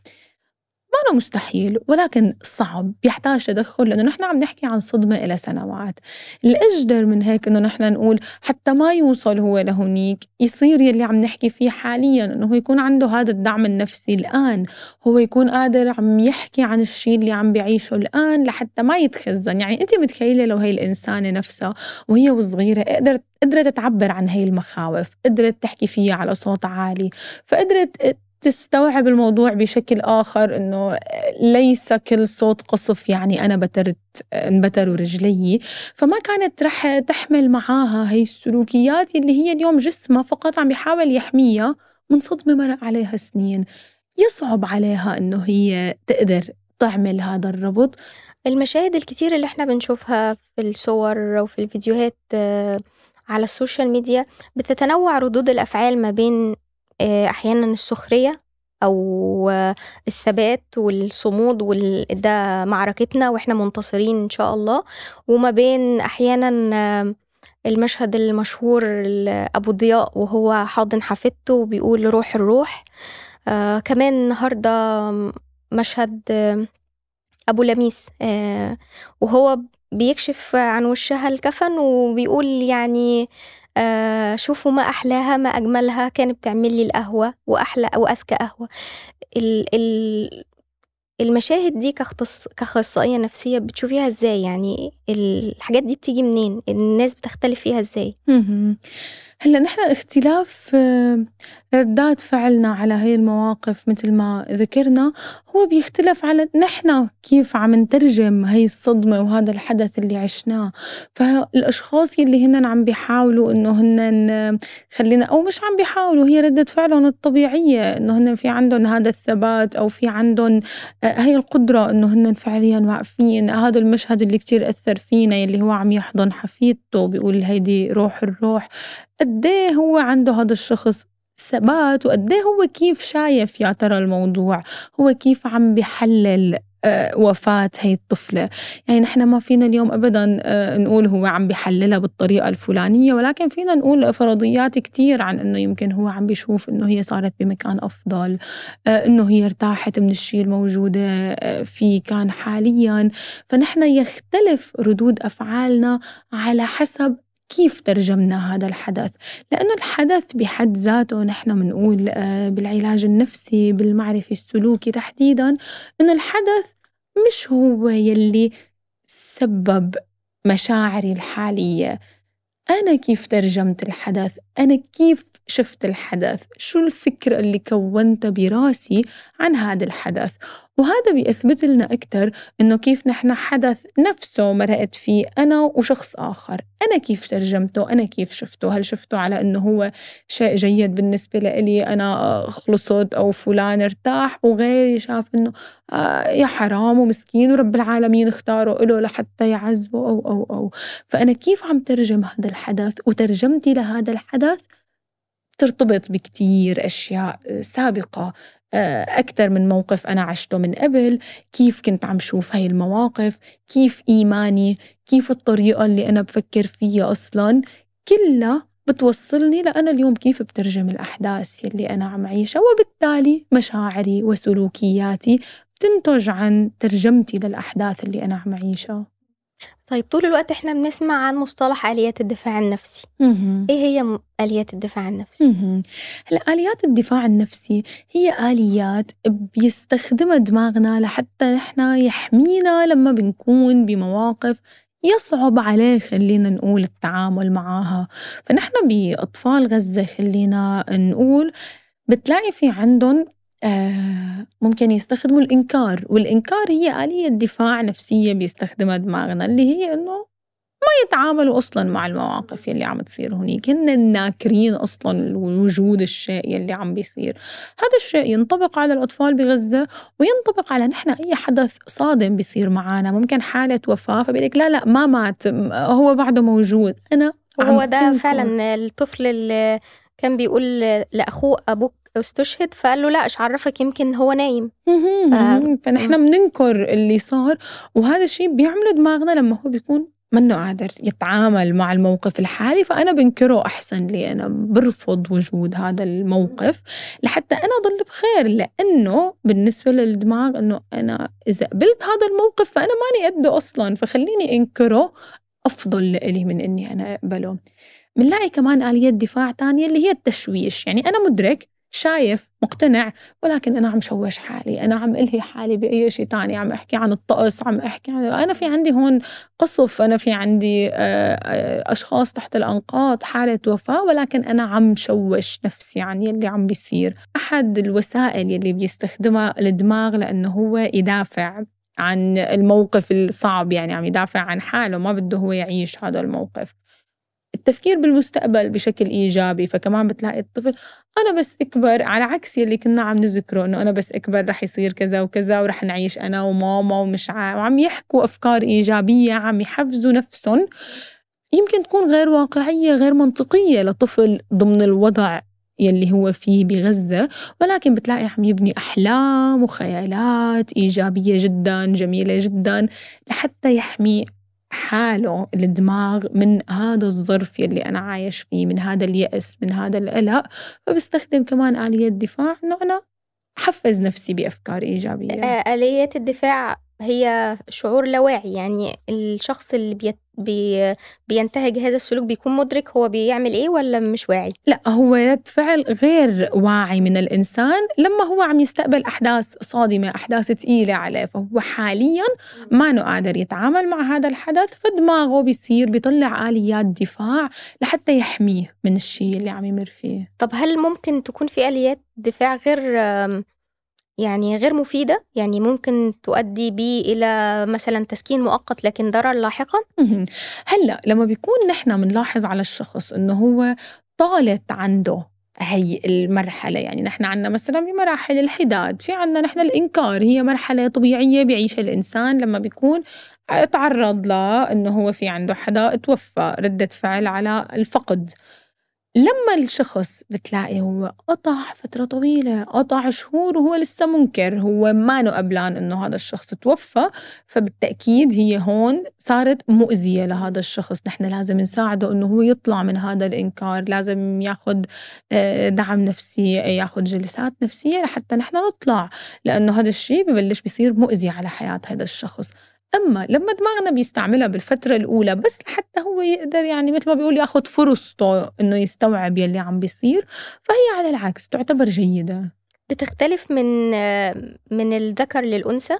ما مستحيل ولكن صعب، بيحتاج تدخل، لأنه نحن عم نحكي عن صدمة إلى سنوات. الأجدر من هيك إنه نحن نقول حتى ما يوصل هو لهونيك، يصير يلي عم نحكي فيه حاليا إنه هو يكون عنده هذا الدعم النفسي الآن، هو يكون قادر عم يحكي عن الشيء اللي عم بيعيشه الآن لحتى ما يتخزن. يعني أنت متخيلة لو هي الإنسانة نفسها وهي وصغيرة قدرت تعبر عن هاي المخاوف، قدرت تحكي فيها على صوت عالي، فقدرت تستوعب الموضوع بشكل آخر، إنه ليس كل صوت قصف يعني أنا انبتروا رجلي، فما كانت رح تحمل معاها هاي السلوكيات اللي هي اليوم جسمها فقط عم يحاول يحميها من صدمة مرق عليها سنين. يصعب عليها إنه هي تقدر تعمل هذا الربط. المشاهد الكتير اللي احنا بنشوفها في الصور وفي الفيديوهات على السوشيال ميديا بتتنوع ردود الأفعال ما بين أحيانا السخرية أو الثبات والصمود ده معركتنا وإحنا منتصرين إن شاء الله، وما بين أحيانا المشهد المشهور أبو ضياء وهو حاضن حفيدته وبيقول روح الروح. كمان النهاردة مشهد أبو لميس وهو بيكشف عن وشها الكفن وبيقول يعني شوفوا ما أحلاها ما أجملها، كانت بتعمل لي القهوة وأحلى وأذكى قهوة. المشاهد دي كأخصائية نفسية بتشوفيها إزاي؟ يعني الحاجات دي بتيجي منين؟ الناس بتختلف فيها إزاي؟ هلا نحن اختلاف ردات فعلنا على هاي المواقف مثل ما ذكرنا هو بيختلف على نحن كيف عم نترجم هاي الصدمة وهذا الحدث اللي عشناه. فالأشخاص يلي هن عم بيحاولوا إنه هن خلينا، أو مش عم بيحاولوا، هي ردة فعلهم الطبيعية إنه هن في عندهم هذا الثبات، أو في عندهم هاي القدرة إنه هن فعليا واقفين. هذا المشهد اللي كتير أثر فينا يلي هو عم يحضن حفيدته بيقول هيدي روح الروح، قديه هو عنده هذا الشخص ثبات، وقديه هو كيف شايف يا ترى الموضوع، هو كيف عم بيحلل وفاة هاي الطفلة. يعني نحن ما فينا اليوم أبدا نقول هو عم بيحللها بالطريقة الفلانية، ولكن فينا نقول فرضيات كتير عن إنه يمكن هو عم بيشوف إنه هي صارت بمكان أفضل، إنه هي ارتاحت من الشيء الموجودة فيه كان حاليا. فنحن يختلف ردود أفعالنا على حسب كيف ترجمنا هذا الحدث، لأنه الحدث بحد ذاته نحن منقول بالعلاج النفسي بالمعرفي السلوكي تحديداً إنه الحدث مش هو يلي سبب مشاعري الحالية. أنا كيف ترجمت الحدث، أنا كيف شفت الحدث، شو الفكرة اللي كونتها براسي عن هذا الحدث. وهذا بيثبت لنا أكتر إنه كيف نحن حدث نفسه مرقت فيه أنا وشخص آخر، أنا كيف ترجمته، أنا كيف شفته. هل شفته على إنه هو شيء جيد بالنسبة لإلي أنا خلصت، أو فلان ارتاح، وغيري شاف إنه يا حرام ومسكين ورب العالمين اختاره إله لحتى يعذبه أو. فأنا كيف عم ترجم هذا الحدث، وترجمتي لهذا الحدث ترتبط بكتير أشياء سابقة، أكثر من موقف أنا عشته من قبل، كيف كنت عم شوف هاي المواقف، كيف إيماني، كيف الطريقة اللي أنا بفكر فيها أصلاً، كلها بتوصلني لأنا اليوم كيف بترجم الأحداث يلي أنا عم عيشها، وبالتالي مشاعري وسلوكياتي بتنتج عن ترجمتي للأحداث اللي أنا عم عيشها. طيب طول الوقت إحنا بنسمع عن مصطلح آليات الدفاع النفسي، إيه هي آليات الدفاع النفسي؟ هلأ آليات الدفاع النفسي هي آليات بيستخدمها دماغنا لحتى نحن يحمينا لما بنكون بمواقف يصعب عليه خلينا نقول التعامل معها. فنحن بأطفال غزة خلينا نقول بتلاقي في عندهم ممكن يستخدموا الإنكار، والإنكار هي آلية دفاع نفسية بيستخدمها دماغنا، اللي هي إنه يتعاملوا أصلاً مع المواقف يلي عم تصير هنيك، هن الناكرين أصلاً وجود الشيء يلي عم بيصير. هذا الشيء ينطبق على الأطفال بغزة، وينطبق على نحن أي حدث صادم بيصير معانا، ممكن حالة وفاة فبيقولك لا ما مات، هو بعده موجود. أنا وهو عم ده أنكر. فعلا الطفل اللي كان بيقول لأخوه أبوك استشهد، فقال له لا إيش عرفك يمكن هو نايم. فنحن بننكر اللي صار، وهذا الشيء بيعمله دماغنا لما هو بيكون منه قادر يتعامل مع الموقف الحالي، فأنا بنكره أحسن لي، أنا برفض وجود هذا الموقف لحتى أنا ضل بخير، لأنه بالنسبة للدماغ أنه أنا إذا قبلت هذا الموقف فأنا ماني قده أصلا، فخليني أنكره أفضل لإلي من أني أنا أقبله. منلاقي كمان آليات دفاع تانية اللي هي التشويش، يعني أنا مدرك شايف مقتنع، ولكن أنا عم شوش حالي، أنا عم ألهي حالي بأي شيء تاني، عم أحكي عن الطقس، عم أحكي عن أنا في عندي هون قصف، أنا في عندي أشخاص تحت الأنقاض، حالة وفاة، ولكن أنا عم شوش نفسي عن يلي عم بيصير. أحد الوسائل يلي بيستخدمها الدماغ لأنه هو يدافع عن الموقف الصعب، يعني عم يدافع عن حاله، ما بده هو يعيش هذا الموقف، التفكير بالمستقبل بشكل إيجابي. فكمان بتلاقي الطفل أنا بس أكبر، على عكس يلي كنا عم نذكره إنه أنا بس أكبر رح يصير كذا وكذا ورح نعيش أنا وماما ومش وعم يحكوا أفكار إيجابية، عم يحفزوا نفسهم، يمكن تكون غير واقعية غير منطقية لطفل ضمن الوضع يلي هو فيه بغزة، ولكن بتلاقي عم يبني أحلام وخيالات إيجابية جدا جميلة جدا لحتى يحمي حاله الدماغ من هذا الظرف يلي أنا عايش فيه، من هذا اليأس، من هذا القلق. فبستخدم كمان آلية دفاع إنه أنا حفز نفسي بأفكار إيجابية. آليات الدفاع هي شعور لا واعي، يعني الشخص اللي بينتهج هذا السلوك بيكون مدرك هو بيعمل إيه ولا مش واعي؟ لا، هو رد فعل غير واعي من الإنسان لما هو عم يستقبل أحداث صادمة، أحداث تقيلة عليه، فهو حاليا ما إنه قادر يتعامل مع هذا الحدث، فدماغه بيصير بيطلع آليات دفاع لحتى يحميه من الشيء اللي عم يمر فيه. طب هل ممكن تكون في آليات دفاع غير يعني غير مفيدة، يعني ممكن تؤدي بيه إلى مثلا تسكين مؤقت لكن ضرر لاحقا. اهم. هلأ لمّا بيكون نحن منلاحظ على الشخص إنه هو طالت عنده هي المرحلة، يعني نحن عندنا مثلًا بمراحل الحداد، في عندنا نحن الإنكار، هي مرحلة طبيعية بيعيشها الإنسان لمّا بيكون اتعرّض إنه هو في عنده حدا اتوفى، ردة فعل على الفقد. لمّا الشخص بتلاقي هو قطع فترة طويلة، قطع شهور وهو لسه مُنكر، هو مانو قبلان إنه هذا الشخص توفّى، فبالتأكيد هي هون صارت مؤذية لهذا الشخص، نحن لازم نساعده إنه هو يطلع من هذا الإنكار، لازم ياخُد دعم نفسي، ياخُد جلسات نفسية لحتى نحن نطلع، لإنه هذا الشي ببلش بيصير مؤذي على حياة هيدا الشخص. أمّا لمّا دماغنا بيستعملها بالفترة الأولى بس لحتى هو يقدر يعني متل ما بيقول ياخُد فرصته إنه يستوعب يلّي عم بيصير، فهي على العكس تُعتبر جيدة. بتختلف من الذكر للأنثى؟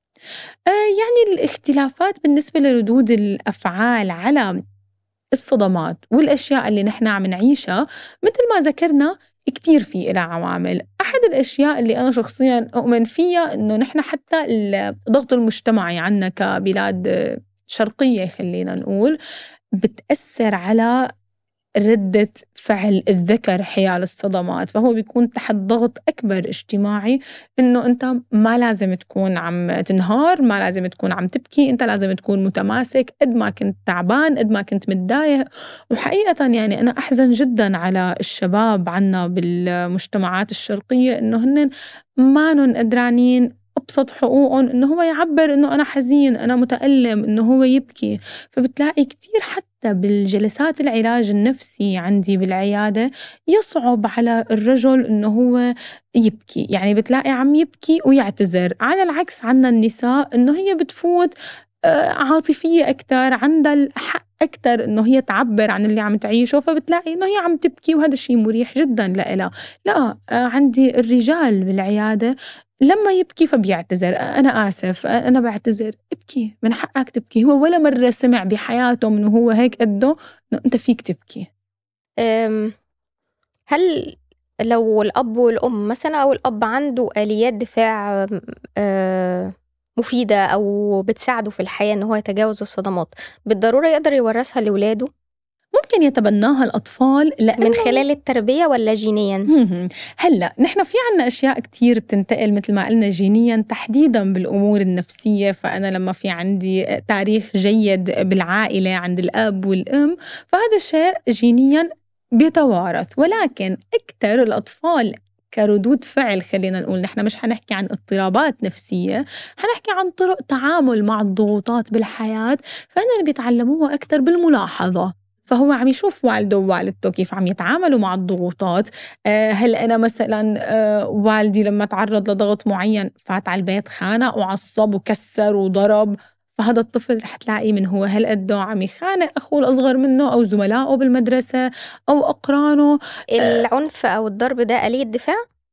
يعني الاختلافات بالنسبة لردود الأفعال على الصدمات والأشياء اللي نحن عم نعيشها متل ما ذكرنا كتير في إلها عوامل. أحد الأشياء اللي أنا شخصيًا أؤمن فيها إنه نحن حتى الضغط المجتمعي عنا كبلاد شرقية خلّينا نقول، بتأثّر على ردة فعل الذكر حيال الصدمات، فهو بيكون تحت ضغط أكبر اجتماعي إنه أنت ما لازم تكون عم تنهار، ما لازم تكون عم تبكي، أنت لازم تكون متماسك قد ما كنت تعبان، قد ما كنت متضايق. وحقيقةً يعني أنا أحزن جدًا على الشباب عنا بالمجتمعات الشرقية إنه هنّن مانن قدرانين أبسط حقوقهم إنه هو يعبّر إنه أنا حزين، أنا متألم، إنه هو يبكي. فبتلاقي كتير حتى بالجلسات العلاج النفسي عندي بالعيادة يصعب على الرجل إنه هو يبكي، يعني بتلاقي عم يبكي ويعتذر، على العكس عنا النساء إنه هي بتفوت عاطفية أكتر، عندها الحق أكتر إنه هي تعبّر عن اللي عم تعيشه، فبتلاقي إنه هي عم تبكي وهذا الشي مريح جدًا لإلها. لأ عندي الرجال بالعيادة لمّا يبكي فبيعتذر، أنا آسف، أنا باعتذر، ابكي من حقك تبكي، هو ولا مرّة سمع بحياته من وهو هيك قدّه إنه أنت فيك تبكي. آمم، هل لو الأب والأم مثلًا أو الأب عنده آليات دفاع مفيدة أو بتساعده في الحياة إن هو يتجاوز الصدمات، بالضرورة يقدر يورّثها لولاده ممكن يتبناها الأطفال من لإنه خلال التربية والّا جينيًا؟ هلأ نحن في عنا أشياء كتير بتنتقل متل ما قلنا جينيًا تحديدًا بالأمور النفسية، فأنا لمّا في عندي تاريخ جيد بالعائلة عند الأب والأم، فهذا الشيء جينيًا بيتوارث، ولكن أكتر الأطفال كردود فعل خلّينا نقول، نحن مش حنحكي عن اضطرابات نفسية، حنحكي عن طرق تعامل مع الضغوطات بالحياة، فهن بيتعلموها أكتر بالملاحظة. فهو عم يشوف والده ووالدته كيف عم يتعاملوا مع الضغوطات. هل أنا مثلًا والدي لمّا اتعرّض لضغط معيّن فات على البيت خانق وعصّب وكسّر وضرب، فهذا الطفل رح تلاقيه من هو هالقدّه عم يخانق أخوه الأصغر منّه أو زملائه بالمدرسة أو أقرانه. العنف أو الضرب ده آلية دفاع؟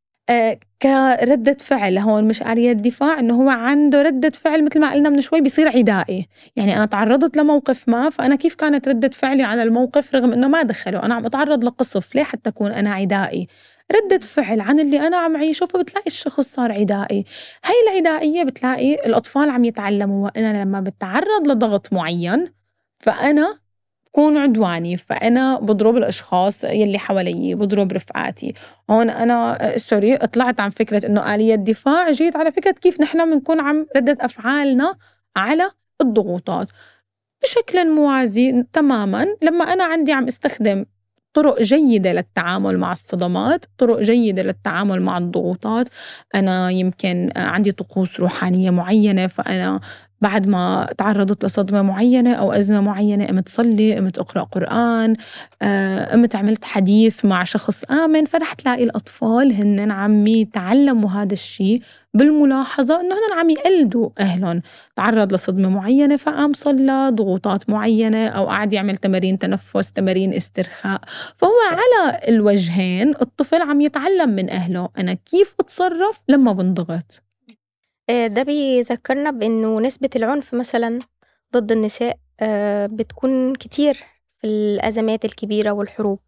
كردة فعل هون مش آلية دفاع، إنه هو عنده ردة فعل متل ما قلنا من شوي بيصير عدائي، يعني أنا تعرّضت لموقف ما فأنا كيف كانت ردة فعلي على الموقف رغم إنه ما دخله، أنا عم أتعرّض لقصف ليه حتى أكون أنا عدائي، ردة فعل عن اللي أنا عم أعيشه فبتلاقي الشخص صار عدائي. هاي العدائية بتلاقي الأطفال عم يتعلموها، أنا لمّا باتعرّض لضغط معيّن فأنا باكون عدواني، فأنا باضرب الأشخاص يلّي حواليّ، باضرب رفقاتي. هون أنا سوري طلعت عن فكرة إنه آلية دفاع، جيت على فكرة كيف نحن بنكون عم ردة أفعالنا على الضغوطات. بشكل موازي تمامًا لمّا أنا عندي عم استخدم طرق جيدة للتعامل مع الصدمات، طرق جيدة للتعامل مع الضغوطات، أنا يمكن عندي طقوس روحانية معيّنة، فأنا بعد ما تعرّضت لصدمة معيّنة أو أزمة معيّنة قمت صلّي، قمت أقرأ قرآن، قمت عملت حديث مع شخص آمن، فرح تلاقي الأطفال هنّن عم يتعلّموا هذا الشي بالملاحظة إنه هنّن عم يقلدوا أهلُن. تعرّض لصدمة معيّنة فقام صلّى، ضغوطات معيّنة أو قعد يعمل تمارين تنفُّس، تمارين استرخاء، فهو على الوجهين الطفل عم يتعلّم من أهله أنا كيف أتصرّف لمّا بانضغط. ده بيذكّرنا بإنه نسبة العنف مثلًا ضد النساء بتكون كتير في الأزمات الكبيرة والحروب،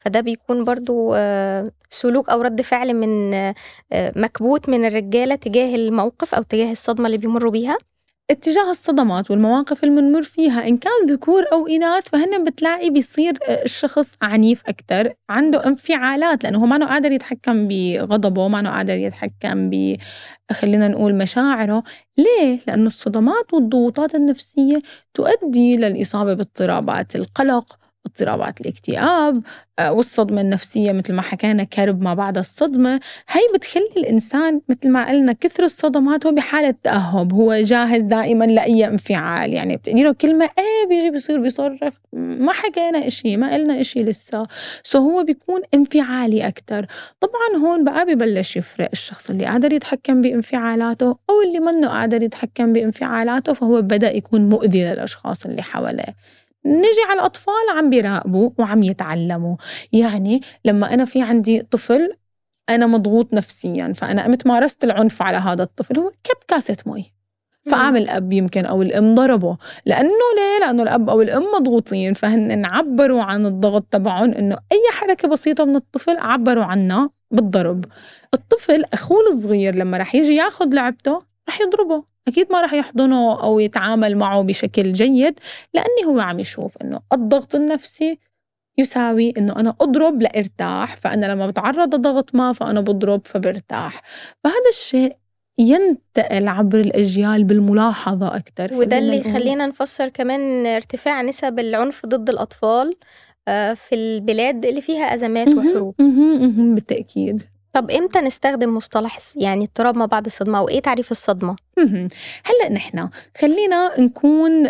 فده بيكون برضو سلوك أو رد فعل من مكبوت من الرجالة تجاه الموقف أو تجاه الصدمة اللي بيمروا بيها. اتجاه الصدمات والمواقف اللي بنمر فيها إن كان ذكور أو إناث، فهن بتلاقي بيصير الشخص عنيف أكتر، عنده انفعالات لأنه هو ما قادر يتحكم بغضبه، ما قادر يتحكم خلينا نقول مشاعره. ليه؟ لأنه الصدمات والضغوطات النفسية تؤدي للإصابة باضطرابات القلق، اضطرابات الاكتئاب، والصدمة النفسية مثل ما حكينا كرب ما بعد الصدمة. هي بتخلي الإنسان مثل ما قلنا كثر الصدمات هو بحالة تأهب، هو جاهز دائما لأي انفعال. يعني بتقولي له كلمة بيجي بيصير بيصرخ، ما حكينا إشي، ما قلنا إشي لسه، هو بيكون انفعالي أكتر. طبعا هون بقى ببلش يفرق الشخص اللي قادر يتحكم بانفعالاته أو اللي منه قادر يتحكم بانفعالاته، فهو بدأ يكون مؤذي للأشخاص اللي حواليه. نجي على الأطفال عم بيراقبوا وعم يتعلموا. يعني لما أنا في عندي طفل أنا مضغوط نفسيا، فأنا قمت مارست العنف على هذا الطفل، هو كب كاسة مي، فقام الأب يمكن أو الأم ضربه. لأنه ليه؟ لأنه الأب أو الأم مضغوطين، فهن عبروا عن الضغط تبعهم إنه أي حركة بسيطة من الطفل عبروا عنها بالضرب. الطفل أخوه الصغير لما رح يجي ياخد لعبته رح يضربه، أكيد ما رح يحضنه أو يتعامل معه بشكل جيد، لأني هو عم يشوف إنه الضغط النفسي يساوي إنه أنا أضرب لإرتاح، فأنا لما بتعرض لضغط ما فأنا بضرب فبرتاح. فهذا الشيء ينتقل عبر الأجيال بالملاحظة أكتر. وده اللي يخلينا نفسر كمان ارتفاع نسب العنف ضد الأطفال في البلاد اللي فيها أزمات وحروب. بالتأكيد. طب إمتى نستخدم مصطلح يعني اضطراب ما بعد الصدمة، وإيه تعريف الصدمة؟ هلأ نحن خلينا نكون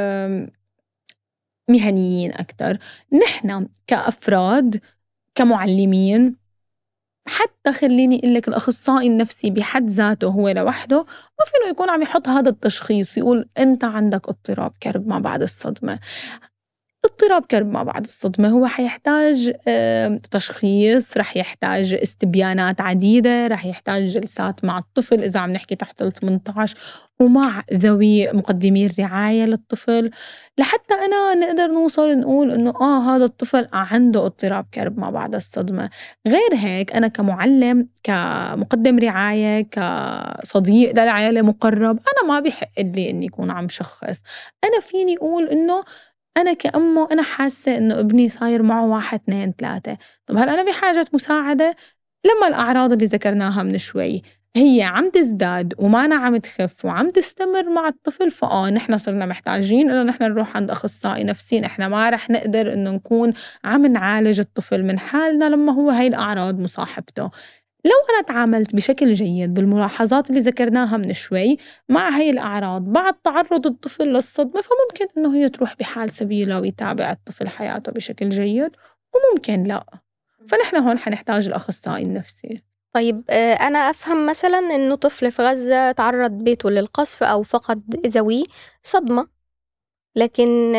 مهنيين أكتر. نحن كأفراد، كمعلمين، حتى خليني أقول لك الأخصائي النفسي بحد ذاته هو لوحده ما فينه يكون عم يحط هذا التشخيص يقول أنت عندك اضطراب كرب ما بعد الصدمة. اضطراب كرب ما بعد الصدمة هو حيحتاج تشخيص، رح يحتاج استبيانات عديدة، رح يحتاج جلسات مع الطفل إذا عم نحكي تحت 18 ومع ذوي مقدمي الرعاية للطفل، لحتى أنا نقدر نوصل نقول إنه هذا الطفل عنده اضطراب كرب ما بعد الصدمة. غير هيك أنا كمعلم، كمقدم رعاية، كصديق للعائلة مقرب، أنا ما بيحق لي إني يكون عم شخص. أنا فيني أقول إنه أنا كأمه أنا حاسة إنه ابني صاير معه 1 2 3. طب هل أنا بحاجة مساعدة؟ لما الأعراض اللي ذكرناها من شوي هي عم تزداد وما أنا عم تخف وعم تستمر مع الطفل، نحن صرنا محتاجين إنه نحن نروح عند أخصائي نفسي. نحن ما رح نقدر إنه نكون عم نعالج الطفل من حالنا لما هو هاي الأعراض مصاحبته. لو أنا تعاملت بشكل جيد بالملاحظات اللي ذكرناها من شوي مع هاي الأعراض بعد تعرض الطفل للصدمة، فممكن إنه هي تروح بحال سبيلها ويتابع الطفل حياته بشكل جيد، وممكن لا. فنحن هون حنحتاج الأخصائي النفسي. طيب أنا أفهم مثلا إنه طفل في غزة تعرض بيته للقصف أو فقد ذويه، صدمة، لكن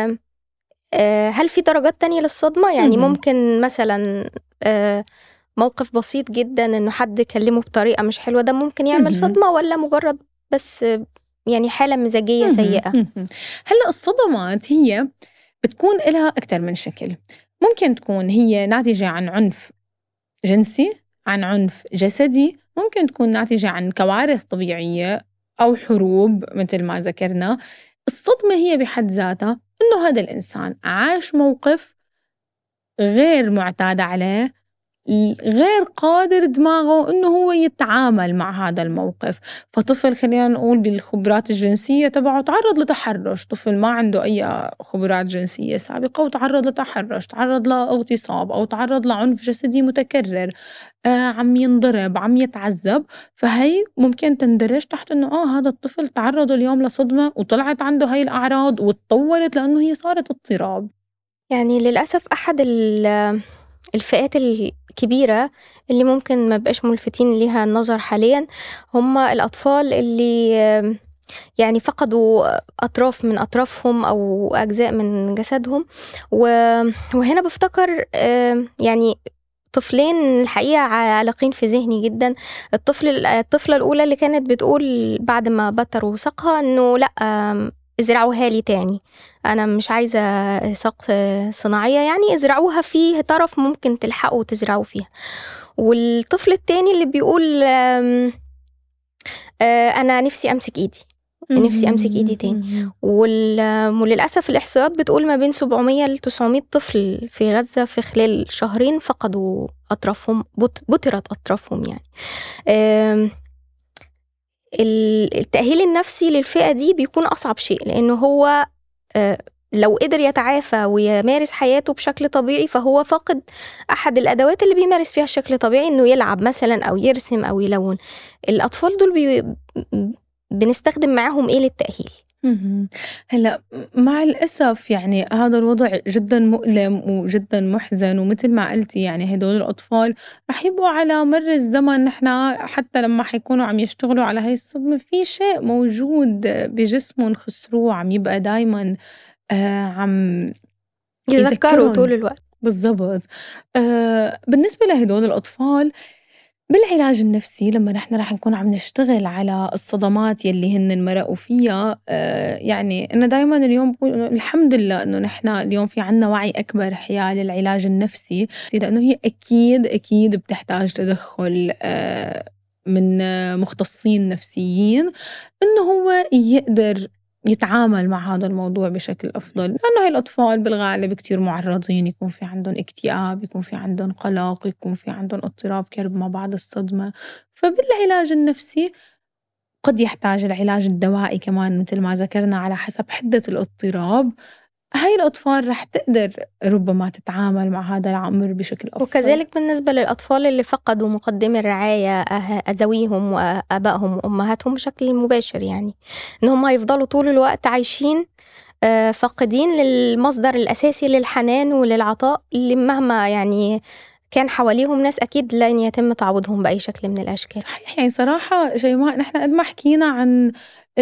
هل في درجات تانية للصدمة؟ يعني ممكن مثلا موقف بسيط جدا إنه حد كلمه بطريقة مش حلوة ده ممكن يعمل صدمة، ولا مجرد بس يعني حالة مزاجية سيئة؟ هلأ الصدمات هي بتكون لها أكتر من شكل. ممكن تكون هي ناتجة عن عنف جنسي، عن عنف جسدي، ممكن تكون ناتجة عن كوارث طبيعية أو حروب مثل ما ذكرنا. الصدمة هي بحد ذاتها إنه هذا الإنسان عاش موقف غير معتاد عليه، غير قادر دماغه إنه هو يتعامل مع هذا الموقف. فطفل خلينا نقول بالخبرات الجنسية تبعه تعرض لتحرش، طفل ما عنده أي خبرات جنسية سابقة وتعرض لتحرش، تعرض لاغتصاب أو تعرض لعنف جسدي متكرر، عم ينضرب، عم يتعذب، فهي ممكن تندرج تحت إنه هذا الطفل تعرض اليوم لصدمة وطلعت عنده هاي الأعراض وتطورت لأنه هي صارت اضطراب. يعني للأسف أحد الفئات الكبيرة اللي ممكن ما بقاش ملفتين ليها النظر حاليا هم الأطفال اللي يعني فقدوا أطراف من أطرافهم أو أجزاء من جسدهم. وهنا بفتكر يعني طفلين الحقيقة عالقين في ذهني جدا. الطفلة الأولى اللي كانت بتقول بعد ما بتروا ساقها إنه لأ، ازرعوها لي تاني، أنا مش عايزة ساق صناعية، يعني ازرعوها في طرف ممكن تلحقوا تزرعوا فيها. والطفل التاني اللي بيقول أنا نفسي أمسك إيدي، نفسي أمسك إيدي تاني. وللأسف الإحصائيات بتقول ما بين 700 ل 900 طفل في غزة في خلال شهرين فقدوا أطرافهم، بترت أطرافهم يعني. التأهيل النفسي للفئة دي بيكون أصعب شيء، لأنه هو لو قدر يتعافى ويمارس حياته بشكل طبيعي فهو فاقد أحد الأدوات اللي بيمارس فيها بشكل طبيعي، إنه يلعب مثلا أو يرسم أو يلون. الأطفال دول بنستخدم معاهم إيه للتأهيل؟ هلا مع الأسف يعني هذا الوضع جدا مؤلم وجدا محزن، ومثل ما قلتي يعني هدول الأطفال رح يبقوا على مر الزمن، نحن حتى لما حيكونوا عم يشتغلوا على هاي الصدمة في شيء موجود بجسمهم خسروه عم يبقى دايما عم يذكروا طول يذكرهم. الوقت. بالضبط. بالنسبة لهدول الأطفال بالعلاج النفسي لما نحن رح نكون عم نشتغل على الصدمات يلي هن مرقوا فيها، يعني أنا دايما اليوم بقول إنه الحمد لله إنه نحن اليوم في عنا وعي أكبر حيال العلاج النفسي، لأنه هي أكيد بتحتاج تدخل من مختصين نفسيين، إنه هو يقدر يتعامل مع هذا الموضوع بشكل أفضل، لأنه هاي الأطفال بالغالب كتير معرضين يكون في عندهم اكتئاب، يكون في عندهم قلق، يكون في عندهم اضطراب كرب ما بعد الصدمة. فبالعلاج النفسي قد يحتاج العلاج الدوائي كمان مثل ما ذكرنا على حسب حدة الاضطراب. هاي الأطفال رح تقدر ربما تتعامل مع هذا العمر بشكل أفضل. وكذلك بالنسبة للأطفال اللي فقدوا مقدمي الرعاية، ذويهم وآبائهم وأمهاتهم بشكل مباشر، يعني إن هم يفضلوا طول الوقت عايشين فاقدين للمصدر الأساسي للحنان وللعطاء، اللي مهما يعني كان حواليهم ناس أكيد لن يتم تعويضهم بأي شكل من الأشكال. صحيح. يعني صراحة شيماء نحن قد ما حكينا عن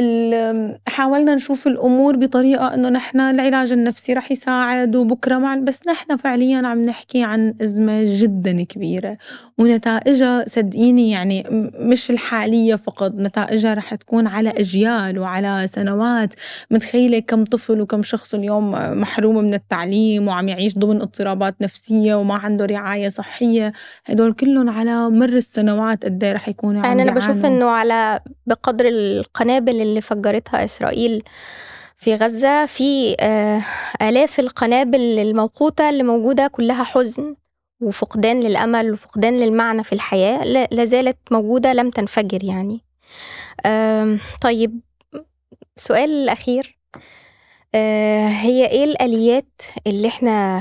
حاولنا نشوف الأمور بطريقة إنه نحن العلاج النفسي رح يساعد وبكرة بس نحن فعليا عم نحكي عن أزمة جدا كبيرة، ونتائجها صدقيني يعني مش الحالية فقط، نتائجها رح تكون على أجيال وعلى سنوات. متخيلة كم طفل وكم شخص اليوم محروم من التعليم وعم يعيش ضمن اضطرابات نفسية وما عنده رعاية صحية، هدول كلهم على مر السنوات قد ايه رح يكونوا عم يعني أنا بشوف بيعانوا. إنه على بقدر القنابل اللي فجرتها إسرائيل في غزة، في آلاف القنابل الموقوتة اللي موجودة كلها حزن وفقدان للأمل وفقدان للمعنى في الحياة، لازالت موجودة لم تنفجر يعني. طيب، سؤال الأخير، هي إيه الآليات اللي إحنا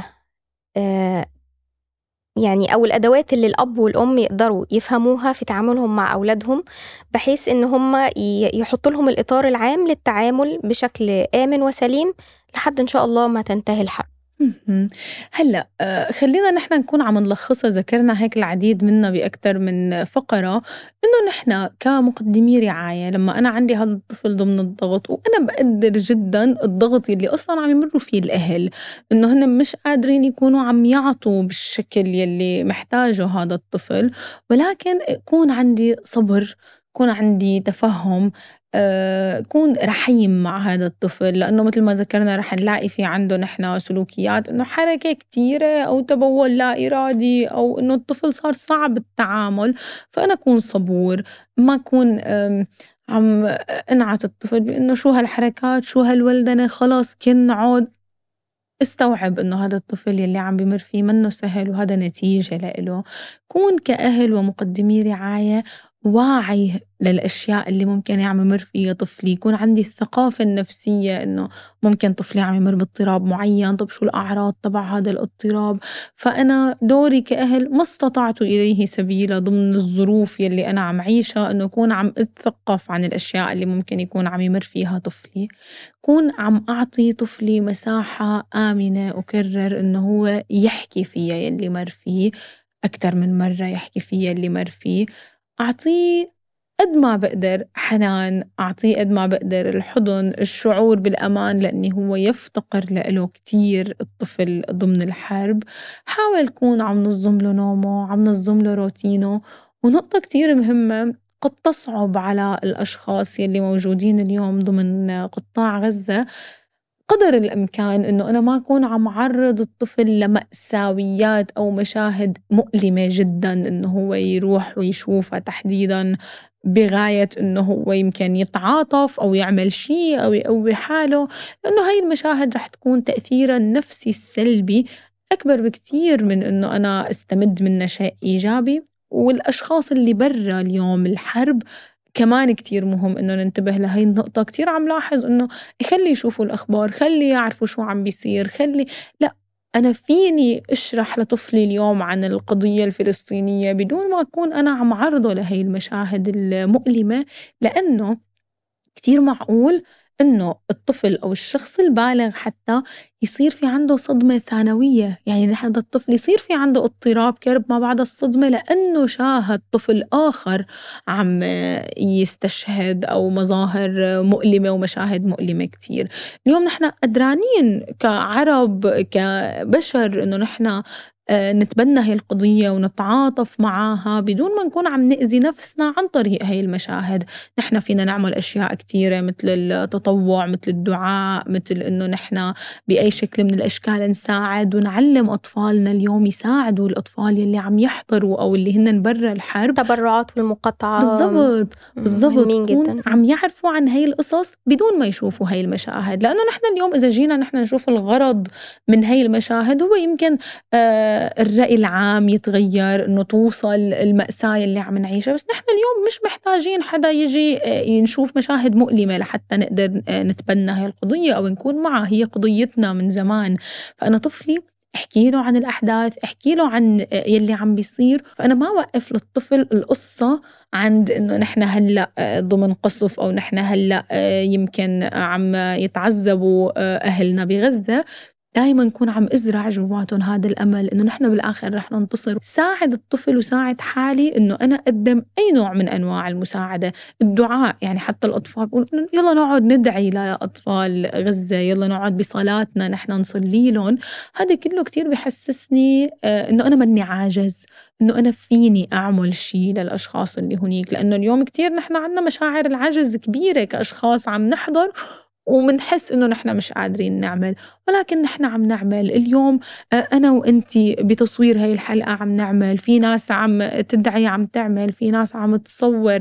يعني أو الأدوات اللي الأب والأم يقدروا يفهموها في تعاملهم مع أولادهم، بحيث إن هم يحطوا لهم الإطار العام للتعامل بشكل آمن وسليم لحد إن شاء الله ما تنتهي الحرب؟ هلأ خلّينا نحن نكون عم نلخّصها، ذكرنا هيك العديد منّا بأكتر من فقرة، إنه نحن كمقدّمي رعاية لمّا أنا عندي هذا الطفل ضمن الضغط، وأنا باقدّر جدًا الضغط يلّي أصلًا عم يمرّوا فيه الأهل، إنه هن مش قادرين يكونوا عم يعطوا بالشكل يلّي محتاجه هذا الطفل، ولكن يكون عندي صبر، يكون عندي تفهُّم، كون رحيم مع هذا الطفل، لأنه متل ما ذكرنا رح نلاقي في عنده نحن سلوكيات إنه حركة كتيرة أو تبول لا إرادي أو إنه الطفل صار صعب التعامل، فأنا أكون صبور، ما أكون عم أنعت الطفل بإنه شو هالحركات شو هالولدنة خلاص كن عود. استوعب إنه هذا الطفل يلي عم بمر فيه منه سهل وهذا نتيجة لإله. كون كأهل ومقدمي رعاية واعي للأشياء اللي ممكن عم يمر فيها طفلي، يكون عندي الثقافة النفسية إنه ممكن طفلي عم يمر باضطراب معين، طب شو الأعراض تبع هذا الاضطراب، فأنا دوري كأهل ما استطعت إليه سبيلا ضمن الظروف يلي أنا عم عيشها إنه أكون عم أتثقف عن الأشياء اللي ممكن يكون عم يمر فيها طفلي، كون عم أعطي طفلي مساحة آمنة، أكرر إنه هو يحكي فيها يلي مر فيه أكتر من مرة، يحكي فيها يلي مر فيه، أعطيه قد ما بقدر حنان، أعطيه قد ما بقدر الحضن، الشعور بالأمان، لأني هو يفتقر لإله كتير الطفل ضمن الحرب. حاول كون عم نظم له نومه، عم نظم له روتينه. ونقطة كتير مهمة قد تصعب على الأشخاص يلي موجودين اليوم ضمن قطاع غزة، قدر الإمكان إنه أنا ما أكون عم عرض الطفل لمأساويات أو مشاهد مؤلمة جدا إنه هو يروح ويشوفها تحديدا بغاية إنه هو يمكن يتعاطف أو يعمل شيء أو يقوي حاله، لأنه هاي المشاهد رح تكون تأثيرها النفسي السلبي أكبر بكتير من إنه أنا استمد منها شيء إيجابي. والأشخاص اللي برا اليوم الحرب كمان كتير مهم إنه ننتبه لهي النقطة. كتير عم لاحظ إنه خلي يشوفوا الأخبار، خلي يعرفوا شو عم بيصير، لا، أنا فيني أشرح لطفلي اليوم عن القضية الفلسطينية بدون ما أكون أنا عم عرضه لهي المشاهد المؤلمة، لأنه كتير معقول إنه الطفل أو الشخص البالغ حتى يصير في عنده صدمة ثانوية. يعني هذا الطفل يصير في عنده اضطراب كرب ما بعد الصدمة لأنه شاهد طفل آخر عم يستشهد أو مظاهر مؤلمة ومشاهد مؤلمة كتير. اليوم نحن قدرانين كعرب كبشر إنه نحن نتبنى هاي القضية ونتعاطف معاها بدون ما نكون عم نأذي نفسنا عن طريق هاي المشاهد. نحن فينا نعمل أشياء كتيرة مثل التطوع، مثل الدعاء، مثل إنه نحن بأي شكل من الأشكال نساعد ونعلم أطفالنا اليوم يساعدوا الأطفال يلي عم يحضروا أو اللي هن برا الحرب. تبرعات والمقاطعة بالضبط مهمين جدا، عم يعرفوا عن هاي القصص بدون ما يشوفوا هاي المشاهد. لأنه نحن اليوم إذا جينا نحن نشوف الغرض من هاي المشاهد هو يمكن الرأي العام يتغير، إنه توصل المأساة اللي عم نعيشها. بس نحن اليوم مش محتاجين حدا يجي نشوف مشاهد مؤلمة لحتى نقدر نتبنى هاي القضية أو نكون معها، هي قضيتنا من زمان. فأنا طفلي احكي له عن الأحداث، احكي له عن يلي عم بيصير. فأنا ما وقف للطفل القصة عند إنه نحن هلأ ضمن قصف أو نحن هلأ يمكن عم يتعذبوا أهلنا بغزة. دايما نكون عم ازرع جواتهم هذا الامل انه نحن بالاخر رح ننتصر. ساعد الطفل وساعد حالي انه انا اقدم اي نوع من انواع المساعده. الدعاء، يعني حتى الاطفال بيقولوا يلا نقعد ندعي لاطفال غزه، يلا نقعد بصلاتنا نحن نصلي لهم. هذا كله كتير بحسسني انه انا مني عاجز، انه انا فيني اعمل شيء للاشخاص اللي هنيك. لانه اليوم كتير نحن عندنا مشاعر العجز كبيره كاشخاص عم نحضر ومنحس إنه نحن مش قادرين نعمل، ولكن نحن عم نعمل اليوم. أنا وإنتي بتصوير هاي الحلقة عم نعمل، في ناس عم تدعي عم تعمل، في ناس عم تصور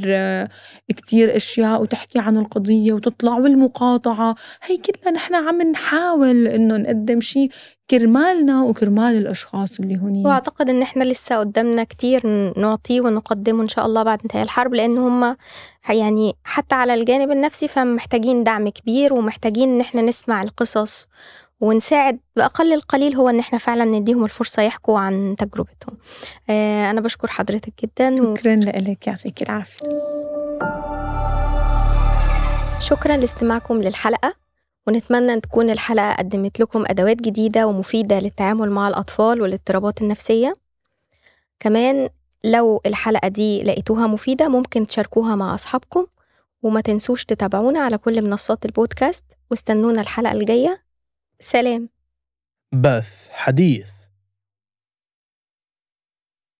كتير أشياء وتحكي عن القضية وتطلع، والمقاطعة هاي كلها نحن عم نحاول إنه نقدم شيء كرمالنا وكرمال الأشخاص اللي هني. وأعتقد إن إحنا لسه قدامنا كتير نعطيه ونقدمه إن شاء الله بعد انتهاء الحرب، لأن هم يعني حتى على الجانب النفسي فمحتاجين دعم كبير، ومحتاجين إن إحنا نسمع القصص ونساعد بأقل القليل هو إن إحنا فعلا نديهم الفرصة يحكوا عن تجربتهم. أنا بشكر حضرتك جدا. شكرا لك، يعطيك العافية. شكرا لاستماعكم للحلقة، ونتمنى أن تكون الحلقة قدمت لكم أدوات جديدة ومفيدة للتعامل مع الأطفال والاضطرابات النفسية. كمان لو الحلقة دي لقيتوها مفيدة ممكن تشاركوها مع أصحابكم، وما تنسوش تتابعونا على كل منصات البودكاست، واستنونا الحلقة الجاية. سلام. بث حديث.